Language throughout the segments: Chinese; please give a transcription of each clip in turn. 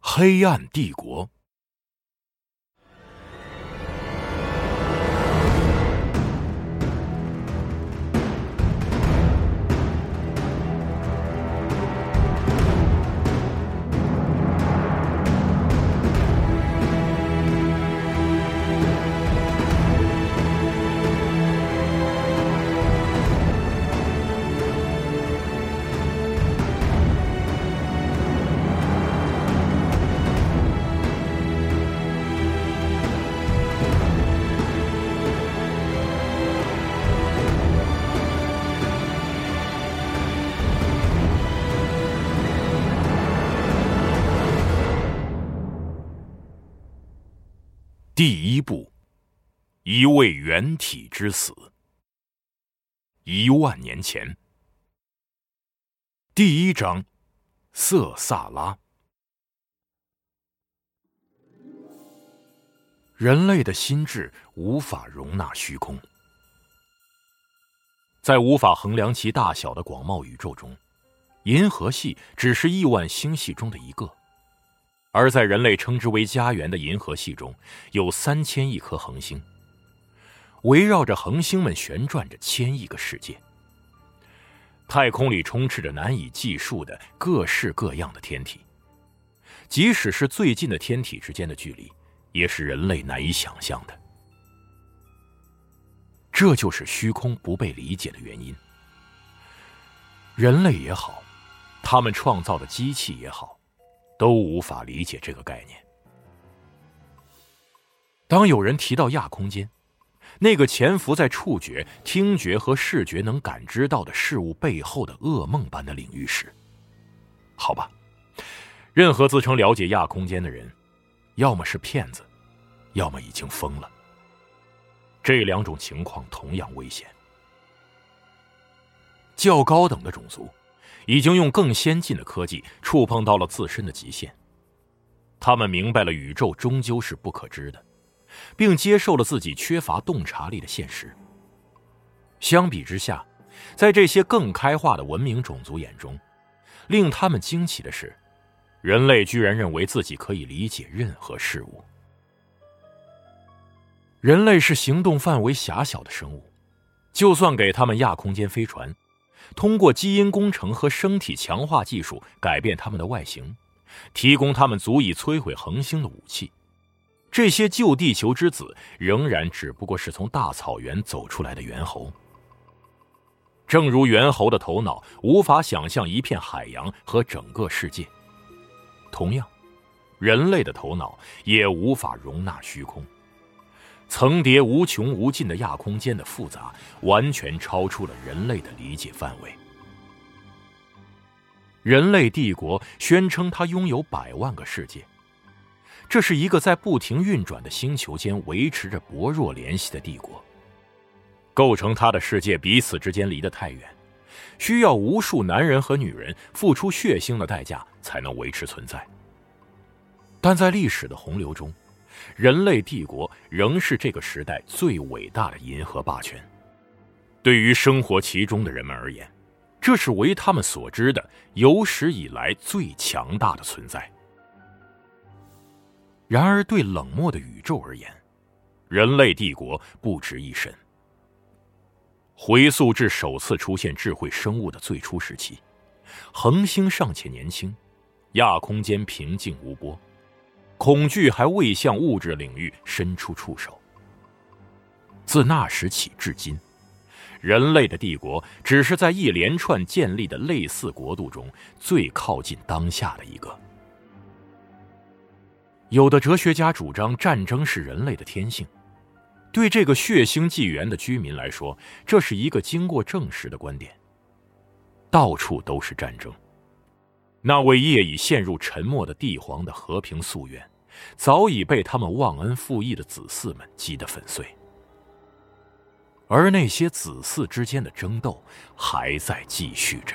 黑暗帝国。第一部，一位原体之死。10000年前。第一章，色萨拉。人类的心智无法容纳虚空，在无法衡量其大小的广袤宇宙中，银河系只是亿万星系中的一个。而在人类称之为家园的银河系中，有3000亿颗恒星，围绕着恒星们旋转着1000亿个世界。太空里充斥着难以计数的各式各样的天体，即使是最近的天体之间的距离，也是人类难以想象的。这就是虚空不被理解的原因。人类也好，他们创造的机器也好，都无法理解这个概念。当有人提到亚空间，那个潜伏在触觉、听觉和视觉能感知到的事物背后的噩梦般的领域时，好吧，任何自称了解亚空间的人，要么是骗子，要么已经疯了。这两种情况同样危险。较高等的种族已经用更先进的科技触碰到了自身的极限，他们明白了宇宙终究是不可知的，并接受了自己缺乏洞察力的现实。相比之下，在这些更开化的文明种族眼中，令他们惊奇的是，人类居然认为自己可以理解任何事物。人类是行动范围狭小的生物，就算给他们亚空间飞船，通过基因工程和生体强化技术改变他们的外形，提供他们足以摧毁恒星的武器，这些旧地球之子仍然只不过是从大草原走出来的猿猴。正如猿猴的头脑无法想象一片海洋和整个世界，同样，人类的头脑也无法容纳虚空。层叠无穷无尽的亚空间的复杂，完全超出了人类的理解范围。人类帝国宣称它拥有100万个世界，这是一个在不停运转的星球间维持着薄弱联系的帝国。构成它的世界彼此之间离得太远，需要无数男人和女人付出血腥的代价才能维持存在。但在历史的洪流中，人类帝国仍是这个时代最伟大的银河霸权。对于生活其中的人们而言，这是为他们所知的有史以来最强大的存在。然而对冷漠的宇宙而言，人类帝国不值一神。回溯至首次出现智慧生物的最初时期，恒星尚且年轻，亚空间平静无波，恐惧还未向物质领域伸出触手。自那时起至今，人类的帝国只是在一连串建立的类似国度中最靠近当下的一个。有的哲学家主张战争是人类的天性，对这个血腥纪元的居民来说，这是一个经过证实的观点。到处都是战争，那位业已陷入沉默的帝皇的和平夙愿，早已被他们忘恩负义的子嗣们击得粉碎。而那些子嗣之间的争斗还在继续着。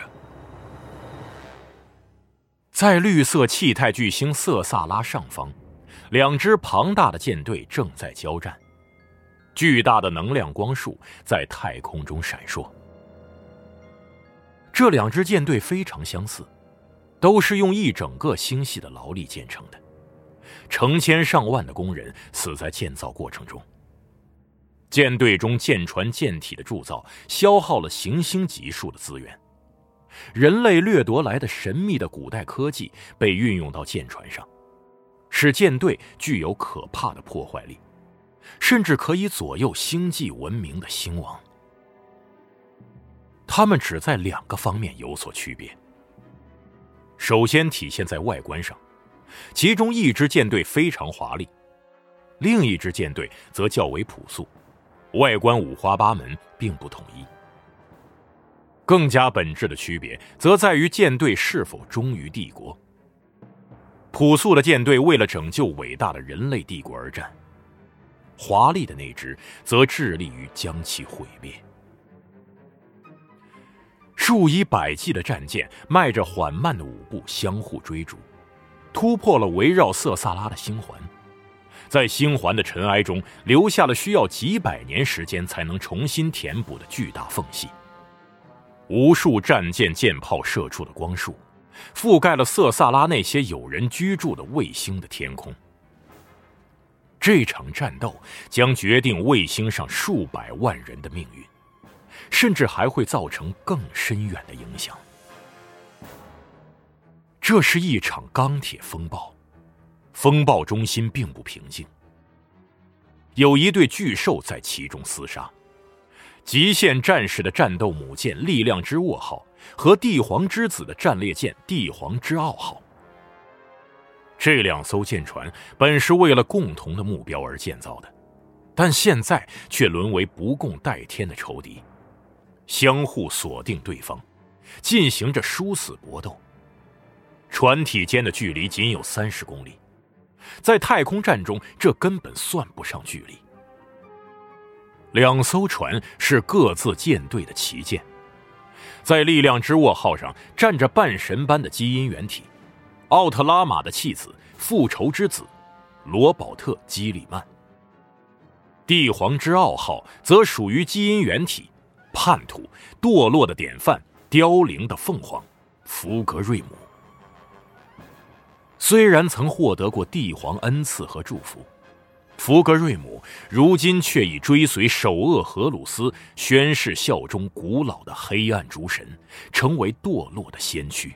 在绿色气态巨星色萨拉上方，两支庞大的舰队正在交战，巨大的能量光束在太空中闪烁。这两支舰队非常相似， 都是用一整个星系的劳力建成的，成千上万的工人死在建造过程中。舰队中舰船舰体的铸造消耗了行星级数的资源，人类掠夺来的神秘的古代科技被运用到舰船上，使舰队具有可怕的破坏力，甚至可以左右星际文明的兴亡。它们只在2个方面有所区别。首先体现在外观上，其中一支舰队非常华丽，另一支舰队则较为朴素，外观五花八门，并不统一。更加本质的区别则在于舰队是否忠于帝国。朴素的舰队为了拯救伟大的人类帝国而战，华丽的那支则致力于将其毁灭。数以百计的战舰迈着缓慢的舞步相互追逐，突破了围绕色萨拉的星环，在星环的尘埃中留下了需要几百年时间才能重新填补的巨大缝隙。无数战舰舰炮射出的光束覆盖了色萨拉那些有人居住的卫星的天空。这场战斗将决定卫星上数百万人的命运，甚至还会造成更深远的影响。这是一场钢铁风暴，风暴中心并不平静，有一对巨兽在其中厮杀。极限战士的战斗母舰力量之握号和帝皇之子的战列舰帝皇之傲号，这2艘舰船本是为了共同的目标而建造的，但现在却沦为不共戴天的仇敌，相互锁定对方，进行着殊死搏斗。船体间的距离仅有30公里，在太空战中这根本算不上距离。2艘船是各自舰队的旗舰，在力量之握号上站着半神般的基因原体，奥特拉玛的弃子，复仇之子罗保特·基里曼。帝皇之傲号则属于基因原体，叛徒，堕落的典范，凋零的凤凰福格瑞姆。虽然曾获得过帝皇恩赐和祝福，福格瑞姆如今却已追随首恶荷鲁斯宣誓效忠古老的黑暗诸神，成为堕落的先驱。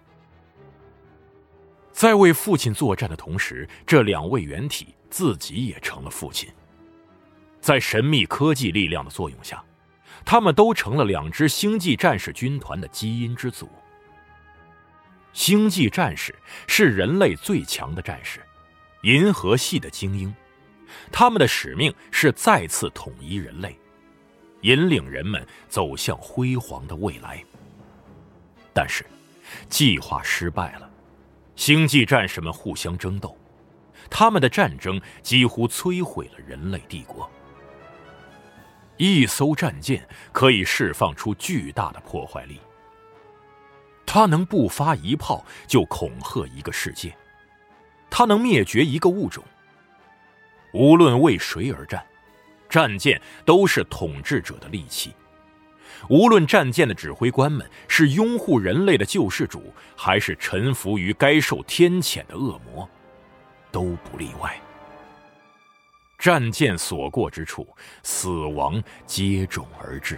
在为父亲作战的同时，这2位原体自己也成了父亲。在神秘科技力量的作用下，他们都成了2支星际战士军团的基因之祖。星际战士是人类最强的战士，银河系的精英，他们的使命是再次统一人类，引领人们走向辉煌的未来。但是计划失败了，星际战士们互相争斗，他们的战争几乎摧毁了人类帝国。一艘战舰可以释放出巨大的破坏力，它能不发一炮就恐吓一个世界，它能灭绝一个物种。无论为谁而战，战舰都是统治者的利器。无论战舰的指挥官们是拥护人类的救世主，还是臣服于该受天谴的恶魔，都不例外。战舰所过之处，死亡接踵而至。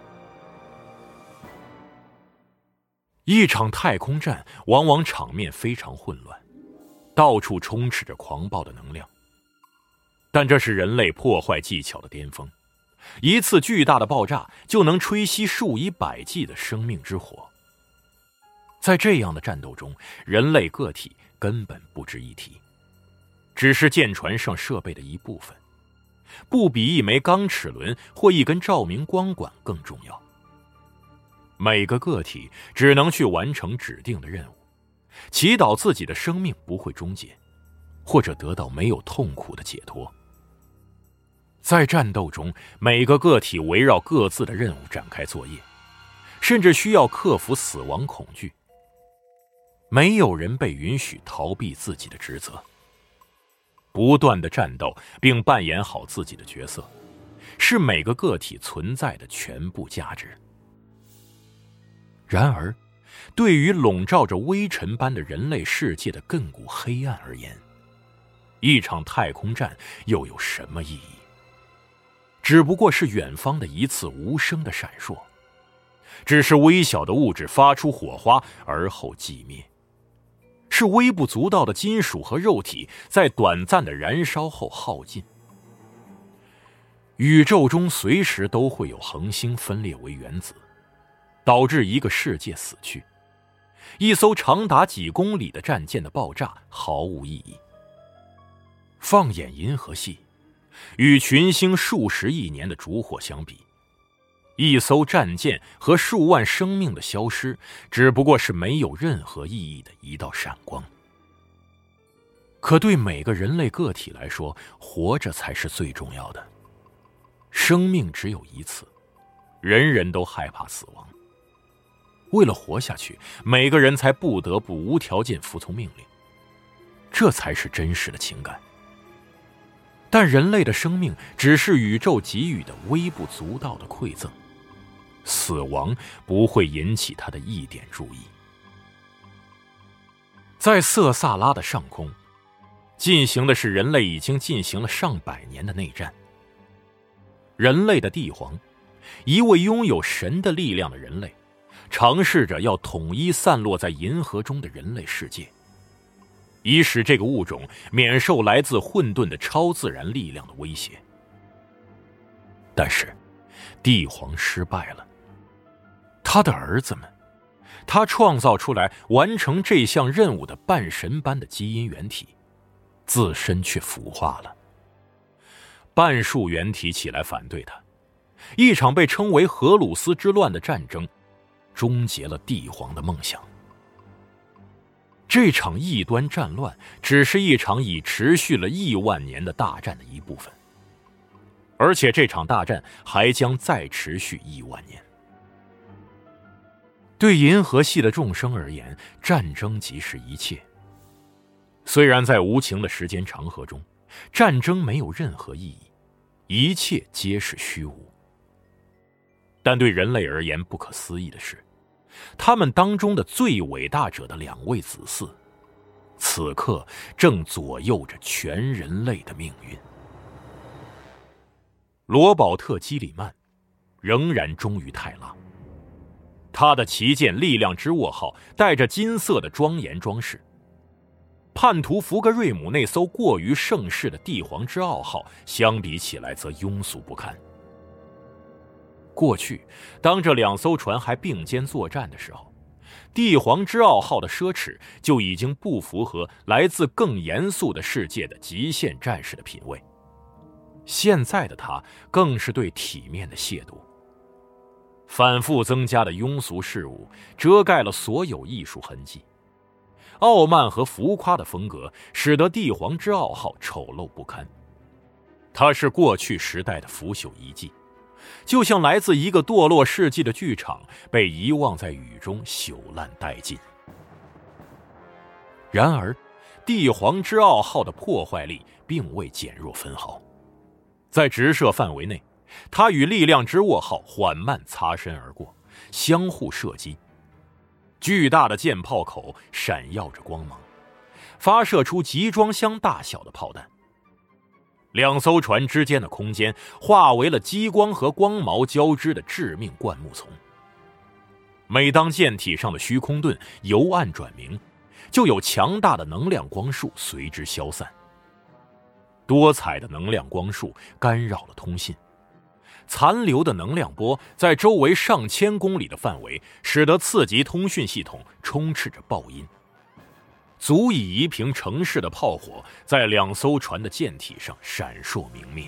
一场太空战往往场面非常混乱，到处充斥着狂暴的能量。但这是人类破坏技巧的巅峰，一次巨大的爆炸就能吹熄数以百计的生命之火。在这样的战斗中，人类个体根本不值一提，只是舰船上设备的一部分，不比一枚钢齿轮或一根照明光管更重要。每个个体只能去完成指定的任务，祈祷自己的生命不会终结，或者得到没有痛苦的解脱。在战斗中，每个个体围绕各自的任务展开作业，甚至需要克服死亡恐惧。没有人被允许逃避自己的职责，不断的战斗并扮演好自己的角色，是每个个体存在的全部价值。然而， 对于笼罩着微尘般的人类世界的亘古黑暗而言，一场太空战又有什么意义？只不过是远方的一次无声的闪烁，只是微小的物质发出火花而后寂灭，是微不足道的金属和肉体在短暂的燃烧后耗尽。宇宙中随时都会有恒星分裂为原子，导致一个世界死去。一艘长达几公里的战舰的爆炸毫无意义。放眼银河系，与群星数十亿年的烛火相比，一艘战舰和数万生命的消失，只不过是没有任何意义的一道闪光。可对每个人类个体来说，活着才是最重要的。生命只有一次，人人都害怕死亡。为了活下去，每个人才不得不无条件服从命令，这才是真实的情感。但人类的生命只是宇宙给予的微不足道的馈赠，死亡不会引起他的一点注意。在色萨拉的上空，进行的是人类已经进行了上百年的内战。人类的帝皇，一位拥有神的力量的人类，尝试着要统一散落在银河中的人类世界，以使这个物种免受来自混沌的超自然力量的威胁。但是帝皇失败了，他的儿子们，他创造出来完成这项任务的半神般的基因原体，自身却腐化了。半数原体起来反对他，一场被称为荷鲁斯之乱的战争终结了帝皇的梦想。这场异端战乱只是一场已持续了亿万年的大战的一部分，而且这场大战还将再持续亿万年。对银河系的众生而言，战争即是一切。虽然在无情的时间长河中，战争没有任何意义，一切皆是虚无。但对人类而言，不可思议的是，他们当中的最伟大者的2位子嗣，此刻正左右着全人类的命运。罗宝特·基里曼仍然忠于泰拉，他的旗舰力量之握号带着金色的庄严装饰。叛徒福格瑞姆那艘过于盛世的帝皇之傲号相比起来则庸俗不堪。过去当这2艘船还并肩作战的时候，帝皇之傲号的奢侈就已经不符合来自更严肃的世界的极限战士的品味。现在的他更是对体面的亵渎。反复增加的庸俗事物遮盖了所有艺术痕迹，傲慢和浮夸的风格使得帝皇之傲号丑陋不堪。它是过去时代的腐朽遗迹，就像来自一个堕落世纪的剧场被遗忘在雨中朽烂殆尽。然而帝皇之傲号的破坏力并未减弱分毫，在直射范围内，它与力量之握号缓慢擦身而过，相互射击。巨大的舰炮口闪耀着光芒，发射出集装箱大小的炮弹。2艘船之间的空间化为了激光和光毛交织的致命灌木丛。每当舰体上的虚空盾由暗转明，就有强大的能量光束随之消散。多彩的能量光束干扰了通信，残留的能量波在周围上千公里的范围，使得次级通讯系统充斥着爆音，足以夷平城市的炮火在2艘船的舰体上闪烁明灭。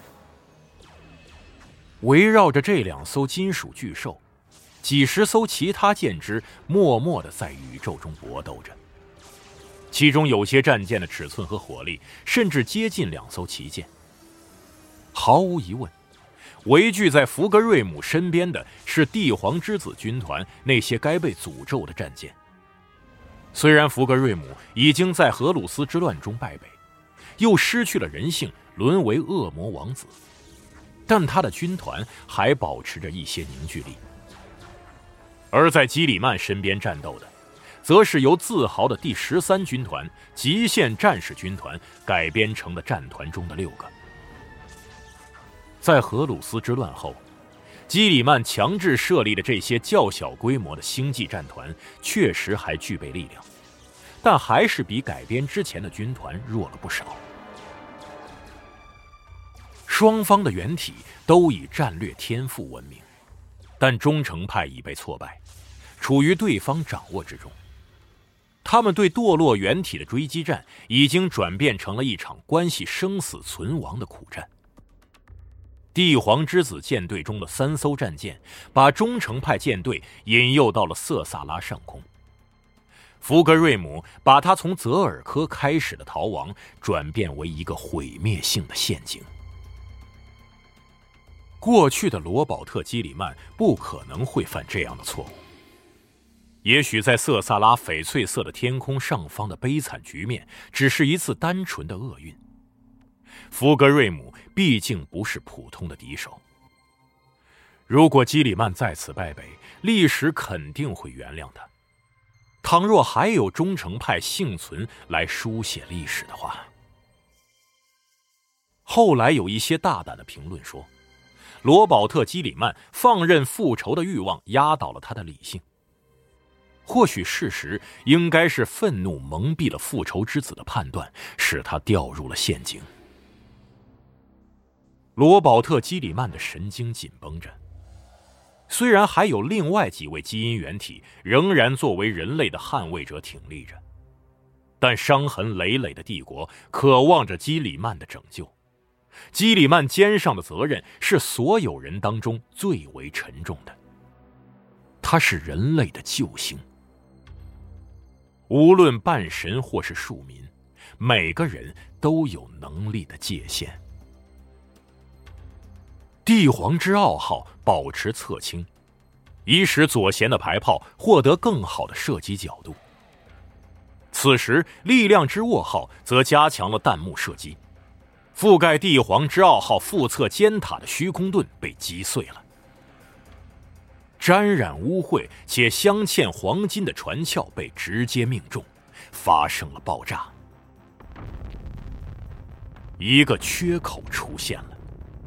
围绕着这2艘金属巨兽，几十艘其他舰只默默地在宇宙中搏斗着，其中有些战舰的尺寸和火力甚至接近2艘旗舰。毫无疑问，围聚在福格瑞姆身边的是帝皇之子军团那些该被诅咒的战舰。虽然福格瑞姆已经在荷鲁斯之乱中败北，又失去了人性，沦为恶魔王子，但他的军团还保持着一些凝聚力。 而在基里曼身边战斗的，则是由自豪的第13军团极限战士军团改编成的战团中的6个。在荷鲁斯之乱后，基里曼强制设立的这些较小规模的星际战团确实还具备力量，但还是比改编之前的军团弱了不少。双方的原体都以战略天赋闻名，但忠诚派已被挫败，处于对方掌握之中。他们对堕落原体的追击战已经转变成了一场关系生死存亡的苦战。帝皇之子舰队中的3艘战舰把忠诚派舰队引诱到了色萨拉上空。福格瑞姆把他从泽尔科开始的逃亡转变为一个毁灭性的陷阱。过去的罗保特·基里曼不可能会犯这样的错误。也许在色萨拉翡翠色的天空上方的悲惨局面只是一次单纯的厄运。福格瑞姆毕竟不是普通的敌手。如果基里曼再次败北，历史肯定会原谅他。倘若还有忠诚派幸存来书写历史的话。后来有一些大胆的评论说，罗保特·基里曼放任复仇的欲望压倒了他的理性。或许事实应该是愤怒蒙蔽了复仇之子的判断，使他掉入了陷阱。罗保特·基里曼的神经紧绷着，虽然还有另外几位基因原体仍然作为人类的捍卫者挺立着，但伤痕累累的帝国渴望着基里曼的拯救。基里曼肩上的责任是所有人当中最为沉重的，他是人类的救星。无论半神或是庶民，每个人都有能力的界限。帝皇之傲号保持侧倾，以使左舷的排炮获得更好的射击角度。此时力量之握号则加强了弹幕射击，覆盖帝皇之傲号腹侧尖塔的虚空盾被击碎了。沾染污秽且镶嵌黄金的船壳被直接命中，发生了爆炸。一个缺口出现了。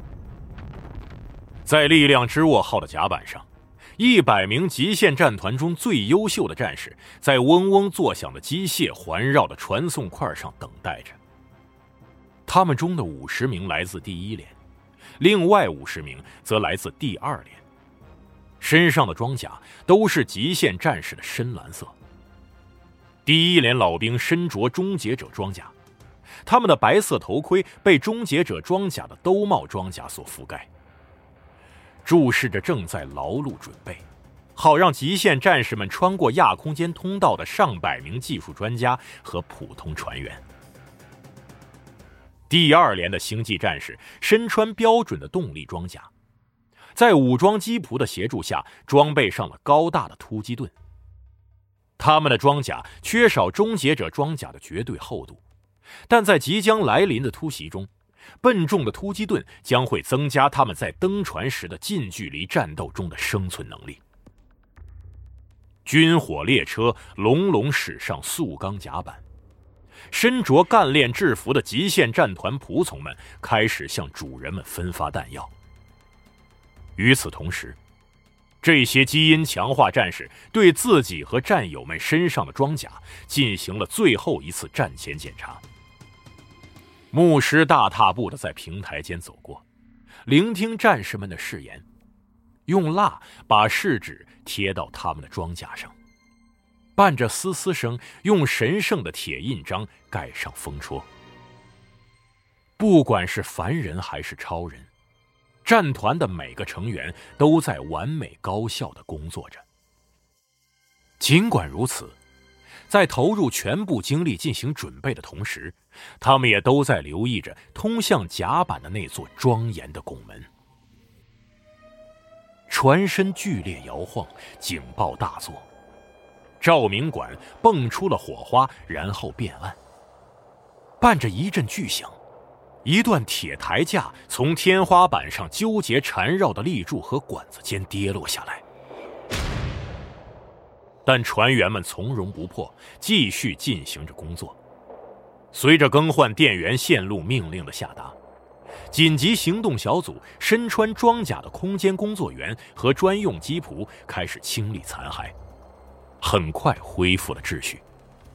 在力量之握号的甲板上，100名极限战团中最优秀的战士在嗡嗡作响的机械环绕的传送块上等待着。他们中的50名来自第1连，另外50名则来自第2连。身上的装甲都是极限战士的深蓝色。第1连老兵身着终结者装甲，他们的白色头盔被终结者装甲的兜帽装甲所覆盖。注视着正在劳碌准备，好让极限战士们穿过亚空间通道的上百名技术专家和普通船员。第2连的星际战士身穿标准的动力装甲，在武装机仆的协助下装备上了高大的突击盾。他们的装甲缺少终结者装甲的绝对厚度，但在即将来临的突袭中，笨重的突击盾将会增加他们在登船时的近距离战斗中的生存能力。军火列车隆隆驶上速钢甲板，身着干练制服的极限战团仆从们开始向主人们分发弹药。与此同时，这些基因强化战士对自己和战友们身上的装甲进行了最后一次战前检查。牧师大踏步地在平台间走过，聆听战士们的誓言，用蜡把试纸贴到他们的装甲上，伴着嘶嘶声，用神圣的铁印章盖上封戳。不管是凡人还是超人，战团的每个成员都在完美高效地工作着。尽管如此，在投入全部精力进行准备的同时，他们也都在留意着通向甲板的那座庄严的拱门。船身剧烈摇晃，警报大作，照明管蹦出了火花，然后变暗。伴着一阵巨响，一段铁台架从天花板上纠结缠绕的立柱和管子间跌落下来。 但船员们从容不迫，继续进行着工作。随着更换电源线路命令的下达，紧急行动小组身穿装甲的空间工作员和专用机仆开始清理残骸，很快恢复了秩序。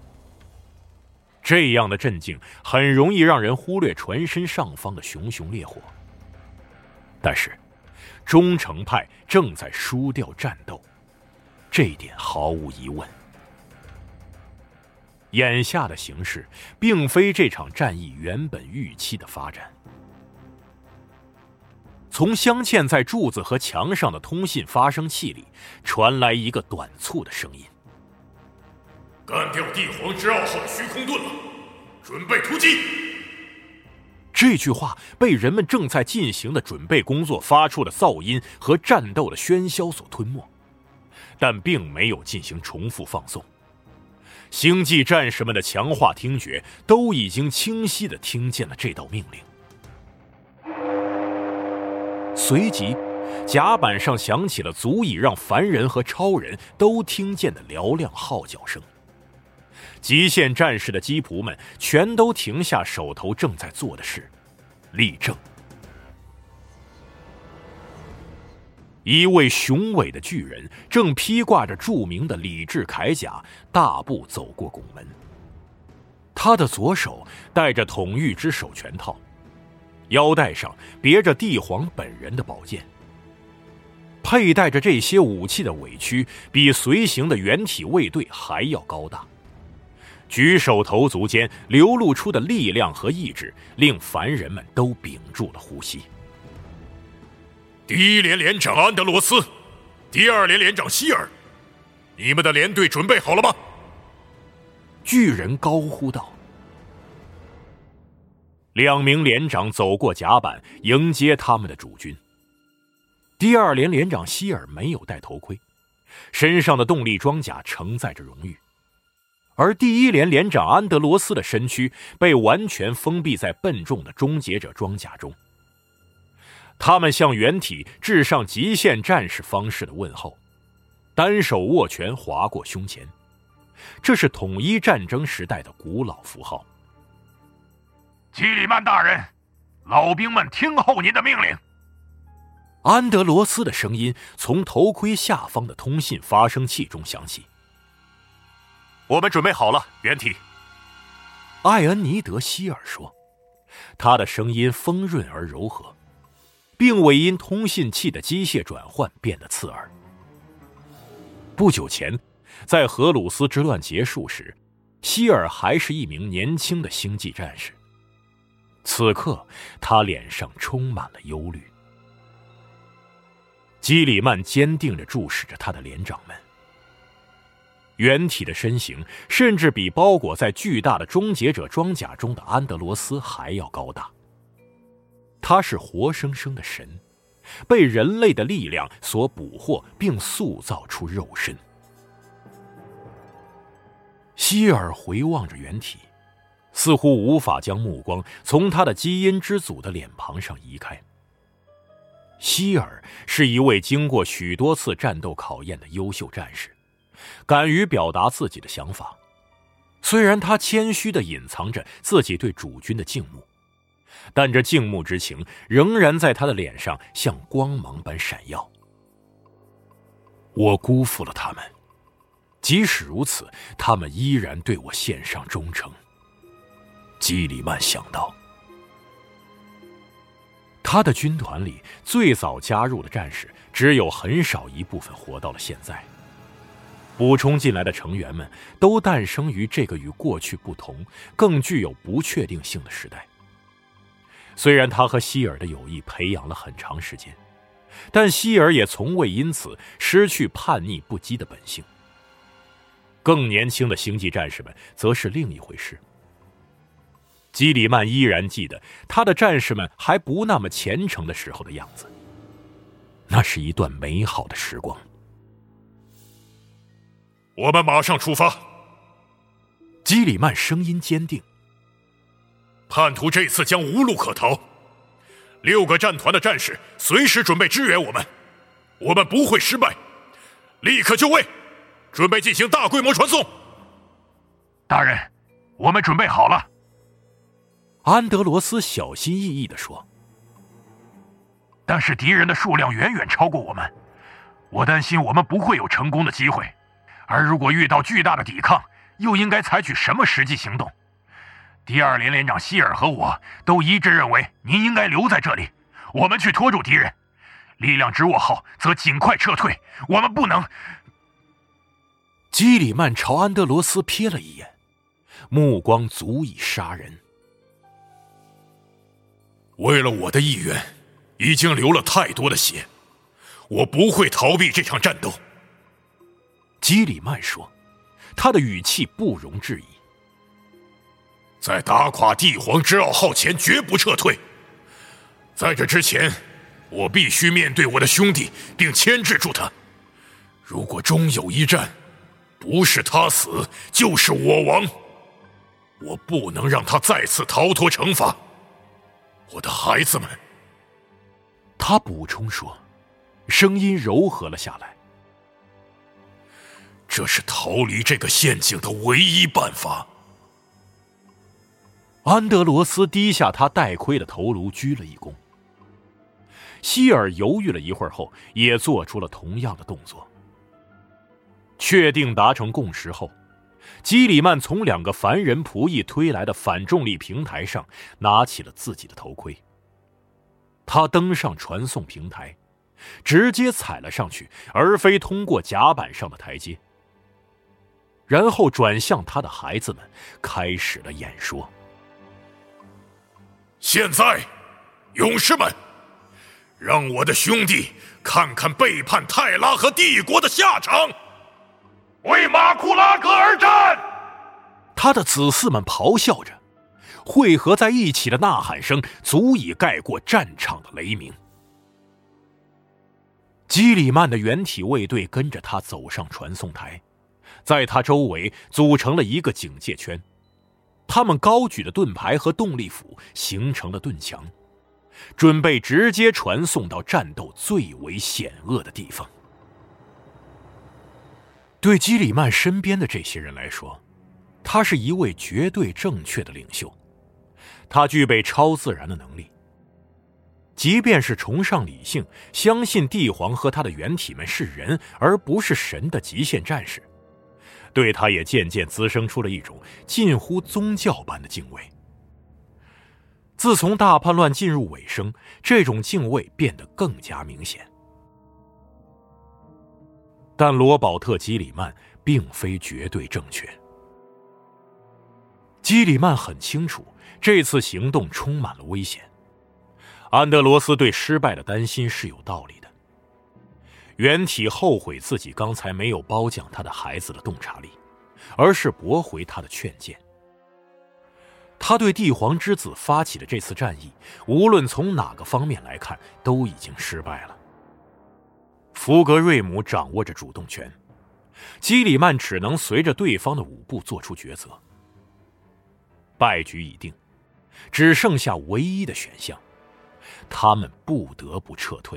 这样的阵境很容易让人忽略船身上方的熊熊烈火，但是忠诚派正在输掉战斗，这一点毫无疑问。眼下的形势并非这场战役原本预期的发展。从镶嵌在柱子和墙上的通信发生器里传来一个短促的声音： 干掉帝皇之傲后的虚空盾了，准备突击。 这句话被人们正在进行的准备工作发出的噪音和战斗的喧嚣所吞没，但并没有进行重复放送。星际战士们的强化听觉都已经清晰地听见了这道命令。随即，甲板上响起了足以让凡人和超人都听见的嘹亮号角声。极限战士的机仆们全都停下手头正在做的事，立正。一位雄伟的巨人正披挂着著名的礼制铠甲，大步走过拱门。他的左手戴着统御之手拳套，腰带上别着帝皇本人的宝剑。佩戴着这些武器的尾躯比随行的原体卫队还要高大，举手投足间流露出的力量和意志令凡人们都屏住了呼吸。 第一连连长安德罗斯，第二连连长希尔，你们的连队准备好了吗？ 巨人高呼道。两名连长走过甲板迎接他们的主军。第二连连长希尔没有戴头盔，身上的动力装甲承载着荣誉，而第一连连长安德罗斯的身躯被完全封闭在笨重的终结者装甲中。他们向原体致上极限战士方式的问候，单手握拳划过胸前，这是统一战争时代的古老符号。 基里曼大人，老兵们听候您的命令。 安德罗斯的声音从头盔下方的通信发声器中响起。 我们准备好了，原体。 艾恩尼德希尔说，他的声音丰润而柔和，并未因通信器的机械转换变得刺耳。不久前，在荷鲁斯之乱结束时，希尔还是一名年轻的星际战士。此刻，他脸上充满了忧虑。基里曼坚定地注视着他的连长们。原体的身形甚至比包裹在巨大的终结者装甲中的安德罗斯还要高大。他是活生生的神，被人类的力量所捕获并塑造出肉身。希尔回望着原体，似乎无法将目光从他的基因之祖的脸庞上移开。希尔是一位经过许多次战斗考验的优秀战士，敢于表达自己的想法。虽然他谦虚地隐藏着自己对主君的敬慕，但这敬慕之情仍然在他的脸上像光芒般闪耀。我辜负了他们，即使如此，他们依然对我献上忠诚。基里曼想到，他的军团里最早加入的战士只有很少一部分活到了现在，补充进来的成员们都诞生于这个与过去不同、更具有不确定性的时代。虽然他和希尔的友谊培养了很长时间，但希尔也从未因此失去叛逆不羁的本性。更年轻的星际战士们则是另一回事。基里曼依然记得他的战士们还不那么虔诚的时候的样子，那是一段美好的时光。 我们马上出发。 基里曼声音坚定。 叛徒这次将无路可逃，6个战团的战士随时准备支援我们，我们不会失败，立刻就位。 准备进行大规模传送。 大人，我们准备好了。 安德罗斯小心翼翼地说。 但是敌人的数量远远超过我们，我担心我们不会有成功的机会。而如果遇到巨大的抵抗，又应该采取什么实际行动？第二连连长希尔和我都一致认为您应该留在这里，我们去拖住敌人。力量之握号则尽快撤退，我们不能。 基里曼朝安德罗斯瞥了一眼，目光足以杀人。 为了我的意愿，已经流了太多的血，我不会逃避这场战斗。 基里曼说，他的语气不容置疑。 在打垮帝皇之傲号前绝不撤退。在这之前，我必须面对我的兄弟并牵制住他。如果终有一战，不是他死就是我亡，我不能让他再次逃脱惩罚。我的孩子们， 他补充说，声音柔和了下来， 这是逃离这个陷阱的唯一办法。 安德罗斯低下他带盔的头颅，鞠了一躬。希尔犹豫了一会儿后，也做出了同样的动作。确定达成共识后，基里曼从2个凡人仆役推来的反重力平台上拿起了自己的头盔。他登上传送平台，直接踩了上去，而非通过甲板上的台阶。然后转向他的孩子们，开始了演说。 现在，勇士们，让我的兄弟看看背叛泰拉和帝国的下场！为马库拉格而战！ 他的子嗣们咆哮着，汇合在一起的呐喊声足以盖过战场的雷鸣。基里曼的原体卫队跟着他走上传送台，在他周围组成了一个警戒圈。他们高举的盾牌和动力斧形成了盾墙，准备直接传送到战斗最为险恶的地方。对基里曼身边的这些人来说，他是一位绝对正确的领袖。他具备超自然的能力，即便是崇尚理性，相信帝皇和他的原体们是人而不是神的极限战士，对他也渐渐滋生出了一种近乎宗教般的敬畏。自从大叛乱进入尾声，这种敬畏变得更加明显。但罗保特·基里曼并非绝对正确。基里曼很清楚，这次行动充满了危险。安德罗斯对失败的担心是有道理的。原体后悔自己刚才没有褒奖他的孩子的洞察力，而是驳回他的劝谏。他对帝皇之子发起的这次战役，无论从哪个方面来看，都已经失败了。福格瑞姆掌握着主动权，基里曼只能随着对方的舞步做出抉择。败局已定，只剩下唯一的选项，他们不得不撤退。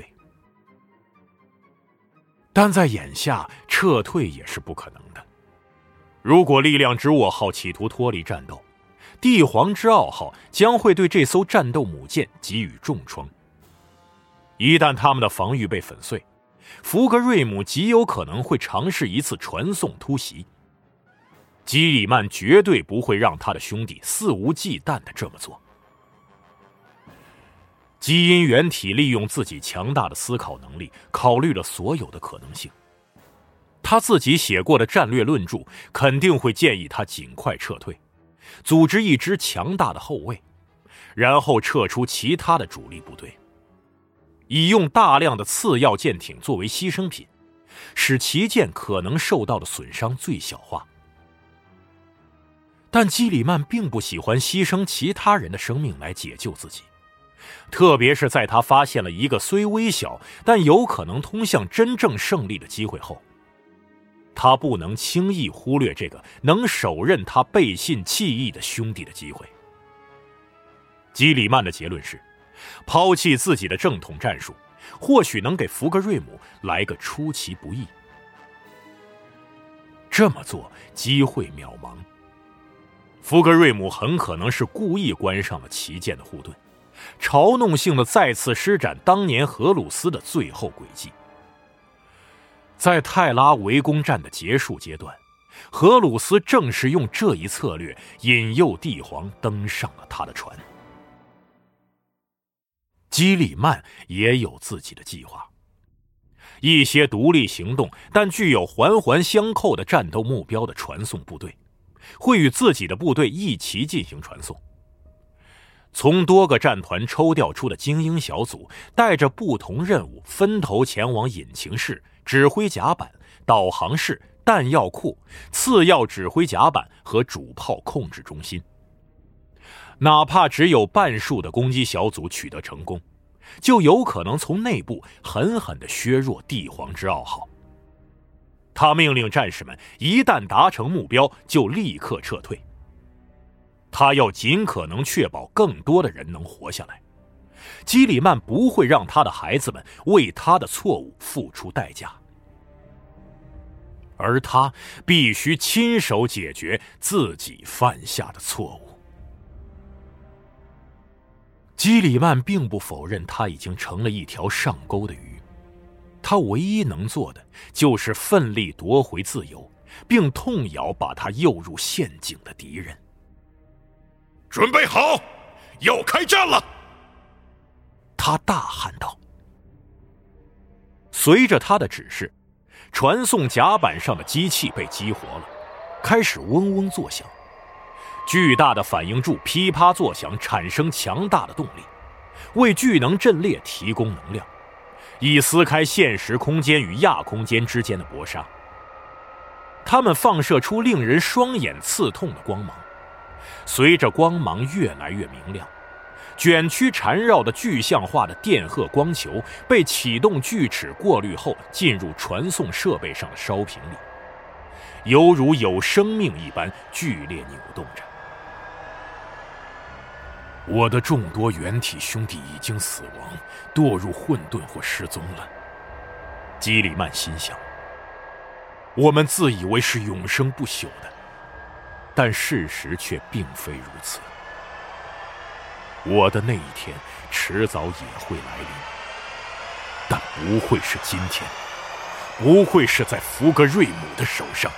但在眼下，撤退也是不可能的。如果力量之握号企图脱离战斗，帝皇之傲号将会对这艘战斗母舰给予重创。一旦他们的防御被粉碎，福格瑞姆极有可能会尝试一次传送突袭。基里曼绝对不会让他的兄弟肆无忌惮地这么做。基因原体利用自己强大的思考能力，考虑了所有的可能性。他自己写过的战略论著肯定会建议他尽快撤退，组织一支强大的后卫，然后撤出其他的主力部队，以用大量的次要舰艇作为牺牲品，使旗舰可能受到的损伤最小化。但基里曼并不喜欢牺牲其他人的生命来解救自己，特别是在他发现了一个虽微小但有可能通向真正胜利的机会后，他不能轻易忽略这个能手刃他背信弃义的兄弟的机会。基里曼的结论是，抛弃自己的正统战术，或许能给福格瑞姆来个出其不意。 这么做机会渺茫。福格瑞姆很可能是故意关上了旗舰的护盾，嘲弄性的再次施展当年荷鲁斯的最后诡计。在泰拉围攻战的结束阶段，荷鲁斯正是用这一策略引诱帝皇登上了他的船。基里曼也有自己的计划，一些独立行动但具有环环相扣的战斗目标的传送部队，会与自己的部队一起进行传送。从多个战团抽调出的精英小组，带着不同任务分头前往引擎室、指挥甲板、导航室、弹药库、次要指挥甲板和主炮控制中心。哪怕只有半数的攻击小组取得成功，就有可能从内部狠狠地削弱帝皇之傲号。他命令战士们一旦达成目标就立刻撤退。他要尽可能确保更多的人能活下来。基里曼不会让他的孩子们为他的错误付出代价，而他必须亲手解决自己犯下的错误。基里曼并不否认他已经成了一条上钩的鱼，他唯一能做的就是奋力夺回自由，并痛咬把他诱入陷阱的敌人。 准备好，要开战了！ 他大喊道。随着他的指示，传送甲板上的机器被激活了，开始嗡嗡作响。巨大的反应柱噼啪作响，产生强大的动力，为巨能阵列提供能量，以撕开现实空间与亚空间之间的搏杀。它们放射出令人双眼刺痛的光芒，随着光芒越来越明亮，卷曲缠绕的具象化的电荷光球被启动锯齿过滤后进入传送设备上的烧瓶里，犹如有生命一般剧烈扭动着。我的众多原体兄弟已经死亡，堕入混沌或失踪了。基里曼心想，我们自以为是永生不朽的，但事实却并非如此。我的那一天迟早也会来临，但不会是今天，不会是在福格瑞姆的手上。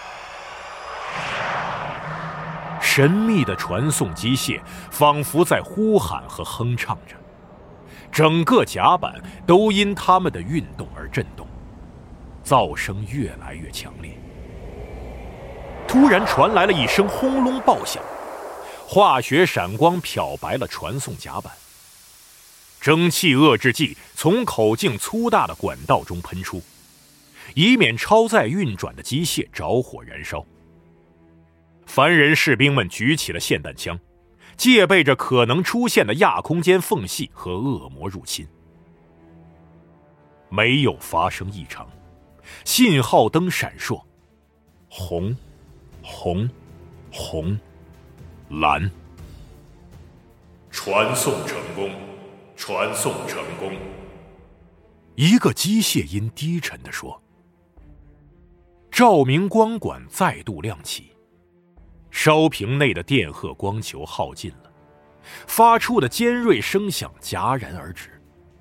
神秘的传送机械仿佛在呼喊和哼唱着，整个甲板都因它们的运动而震动，噪声越来越强烈。突然传来了一声轰隆爆响，化学闪光漂白了传送甲板，蒸汽遏制剂从口径粗大的管道中喷出，以免超载运转的机械着火燃烧。凡人士兵们举起了霰弹枪，戒备着可能出现的亚空间缝隙和恶魔入侵。没有发生异常，信号灯闪烁，红，红，红，蓝。 传送成功，传送成功。 一个机械音低沉地说。照明光管再度亮起，烧瓶内的电荷光球耗尽了，发出的尖锐声响戛然而止。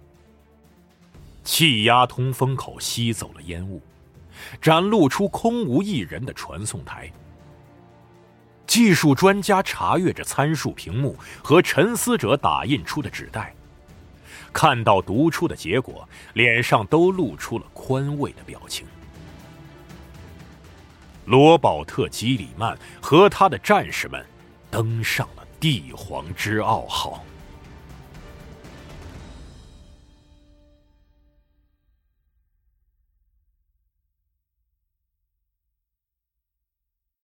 气压通风口吸走了烟雾，展露出空无一人的传送台。技术专家查阅着参数屏幕和沉思者打印出的纸带，看到读出的结果，脸上都露出了宽慰的表情。罗宝特·基里曼和他的战士们登上了帝皇之傲号。